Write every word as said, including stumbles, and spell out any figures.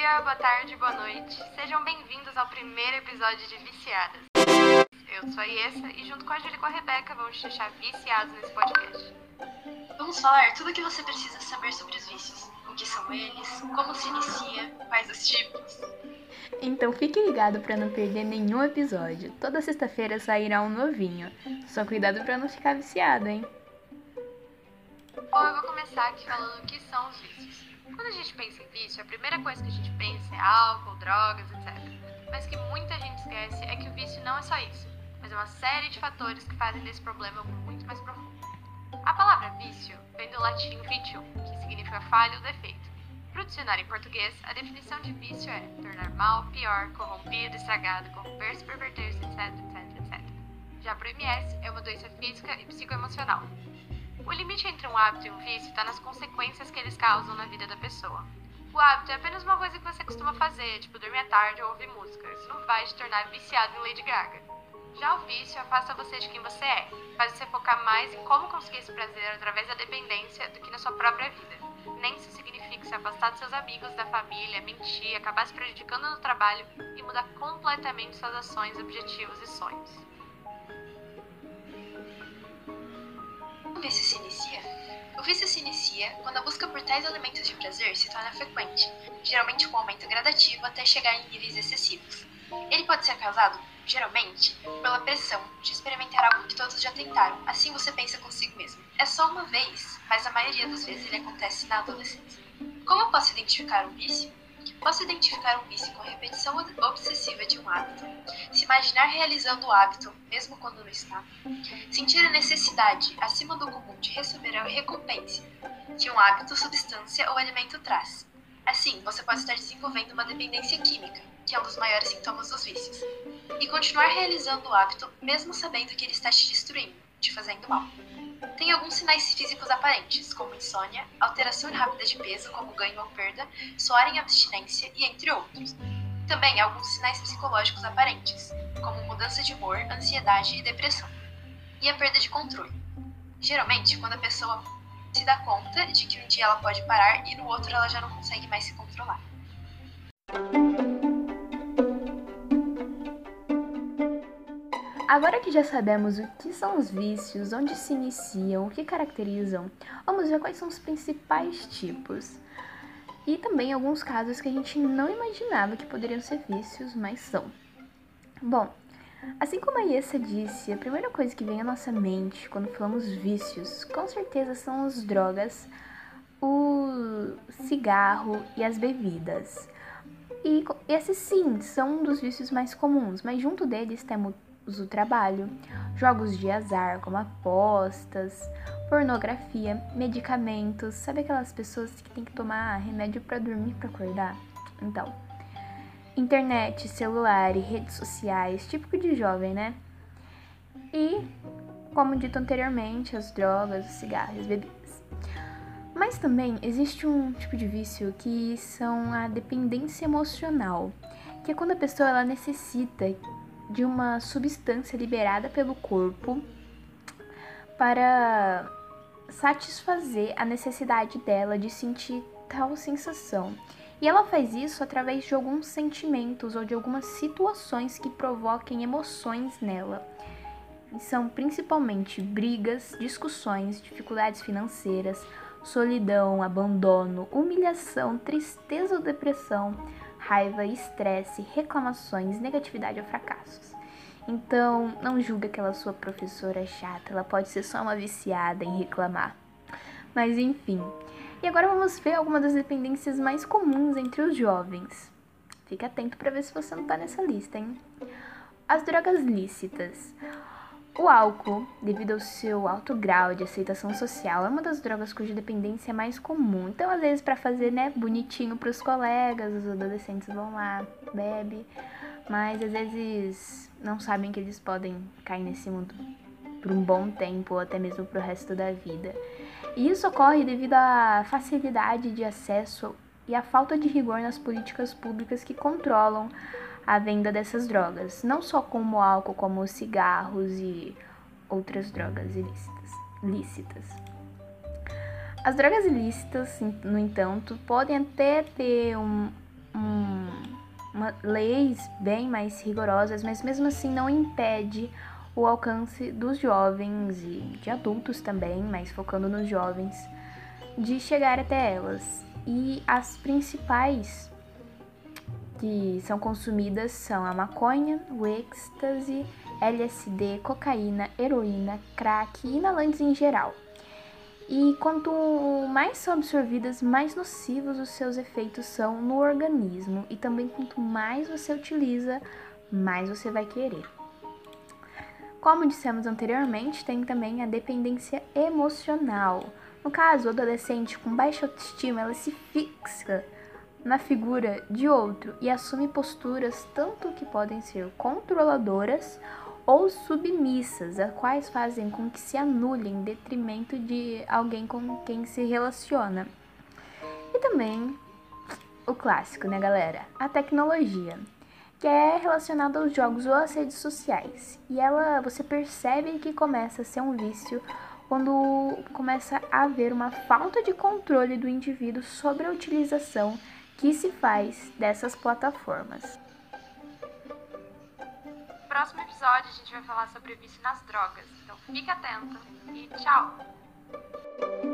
dia, boa tarde, boa noite. Sejam bem-vindos ao primeiro episódio de Viciadas. Eu sou a Iessa e junto com a Júlia e com a Rebeca vamos te deixar viciados nesse podcast. Vamos falar tudo o que você precisa saber sobre os vícios. O que são eles, como se inicia, quais os tipos. Então fique ligado para não perder nenhum episódio. Toda sexta-feira sairá um novinho. Só cuidado para não ficar viciado, hein? Bom, eu vou começar aqui falando o que são os vícios. Quando a gente pensa em vício, a primeira coisa que a gente pensa é álcool, drogas, etcétera. Mas que muita gente esquece é que o vício não é só isso, mas é uma série de fatores que fazem desse problema algo muito mais profundo. A palavra vício vem do latim vitium, que significa falha ou defeito. Para o dicionário em português, a definição de vício é tornar mal, pior, corrompido, estragado, corromper-se, perverter-se, etc, etc, etcétera. Já para o M S, é uma doença física e psicoemocional. O limite entre um hábito e um vício está nas consequências que eles causam na vida da pessoa. O hábito é apenas uma coisa que você costuma fazer, tipo dormir à tarde ou ouvir música. Isso não vai te tornar viciado em Lady Gaga. Já o vício afasta você de quem você é, faz você focar mais em como conseguir esse prazer através da dependência do que na sua própria vida. Nem isso significa se afastar dos seus amigos, da família, mentir, acabar se prejudicando no trabalho e mudar completamente suas ações, objetivos e sonhos. O vício se inicia? O vício se inicia quando a busca por tais elementos de prazer se torna frequente, geralmente com aumento gradativo até chegar em níveis excessivos. Ele pode ser causado, geralmente, pela pressão de experimentar algo que todos já tentaram, assim você pensa consigo mesmo. É só uma vez, mas a maioria das vezes ele acontece na adolescência. Como eu posso identificar um vício? Posso identificar um vício com a repetição obsessiva de um hábito, se imaginar realizando o hábito, mesmo quando não está, sentir a necessidade, acima do comum, de receber a recompensa que um hábito, substância ou alimento traz. Assim, você pode estar desenvolvendo uma dependência química, que é um dos maiores sintomas dos vícios, e continuar realizando o hábito, mesmo sabendo que ele está te destruindo, te fazendo mal. Tem alguns sinais físicos aparentes, como insônia, alteração rápida de peso, como ganho ou perda, suor em abstinência e entre outros. Também alguns sinais psicológicos aparentes, como mudança de humor, ansiedade e depressão. E a perda de controle. Geralmente, quando a pessoa se dá conta de que um dia ela pode parar e no outro ela já não consegue mais se controlar. Agora que já sabemos o que são os vícios, onde se iniciam, o que caracterizam, vamos ver quais são os principais tipos. E também alguns casos que a gente não imaginava que poderiam ser vícios, mas são. Bom, assim como a Iessa disse, a primeira coisa que vem à nossa mente quando falamos vícios, com certeza são as drogas, o cigarro e as bebidas. E esses sim, são um dos vícios mais comuns, mas junto deles temos o trabalho, jogos de azar como apostas, pornografia, medicamentos, sabe aquelas pessoas que tem que tomar remédio para dormir, para acordar? Então, internet, celular e redes sociais, típico de jovem, né? E, como dito anteriormente, as drogas, os cigarros e as bebidas. Mas também existe um tipo de vício que são a dependência emocional, que é quando a pessoa ela necessita de uma substância liberada pelo corpo para satisfazer a necessidade dela de sentir tal sensação. E ela faz isso através de alguns sentimentos ou de algumas situações que provoquem emoções nela. E são principalmente brigas, discussões, dificuldades financeiras, solidão, abandono, humilhação, tristeza ou depressão, raiva, estresse, reclamações, negatividade ou fracassos. Então, não julgue aquela sua professora chata, ela pode ser só uma viciada em reclamar. Mas enfim. E agora vamos ver algumas das dependências mais comuns entre os jovens. Fique atento para ver se você não está nessa lista, hein? As drogas lícitas. O álcool, devido ao seu alto grau de aceitação social, é uma das drogas cuja dependência é mais comum. Então, às vezes, para fazer, né, bonitinho para os colegas, os adolescentes vão lá, bebe, mas às vezes não sabem que eles podem cair nesse mundo por um bom tempo ou até mesmo para o resto da vida. E isso ocorre devido à facilidade de acesso e à falta de rigor nas políticas públicas que controlam a venda dessas drogas, não só como o álcool, como os cigarros e outras drogas ilícitas, lícitas. As drogas ilícitas, no entanto, podem até ter um, um, uma, leis bem mais rigorosas, mas mesmo assim não impede o alcance dos jovens e de adultos também, mas focando nos jovens, de chegar até elas. E as principais que são consumidas são a maconha, o êxtase, L S D, cocaína, heroína, crack e inalantes em geral. E quanto mais são absorvidas, mais nocivos os seus efeitos são no organismo. E também quanto mais você utiliza, mais você vai querer. Como dissemos anteriormente, tem também a dependência emocional. No caso, o adolescente com baixa autoestima, ela se fixa na figura de outro e assume posturas tanto que podem ser controladoras ou submissas, as quais fazem com que se anule em detrimento de alguém com quem se relaciona. E também o clássico, né, galera? A tecnologia, que é relacionada aos jogos ou às redes sociais. E ela, você percebe que começa a ser um vício quando começa a haver uma falta de controle do indivíduo sobre a utilização que se faz dessas plataformas. No próximo episódio a gente vai falar sobre o vício nas drogas, então fica atento e tchau!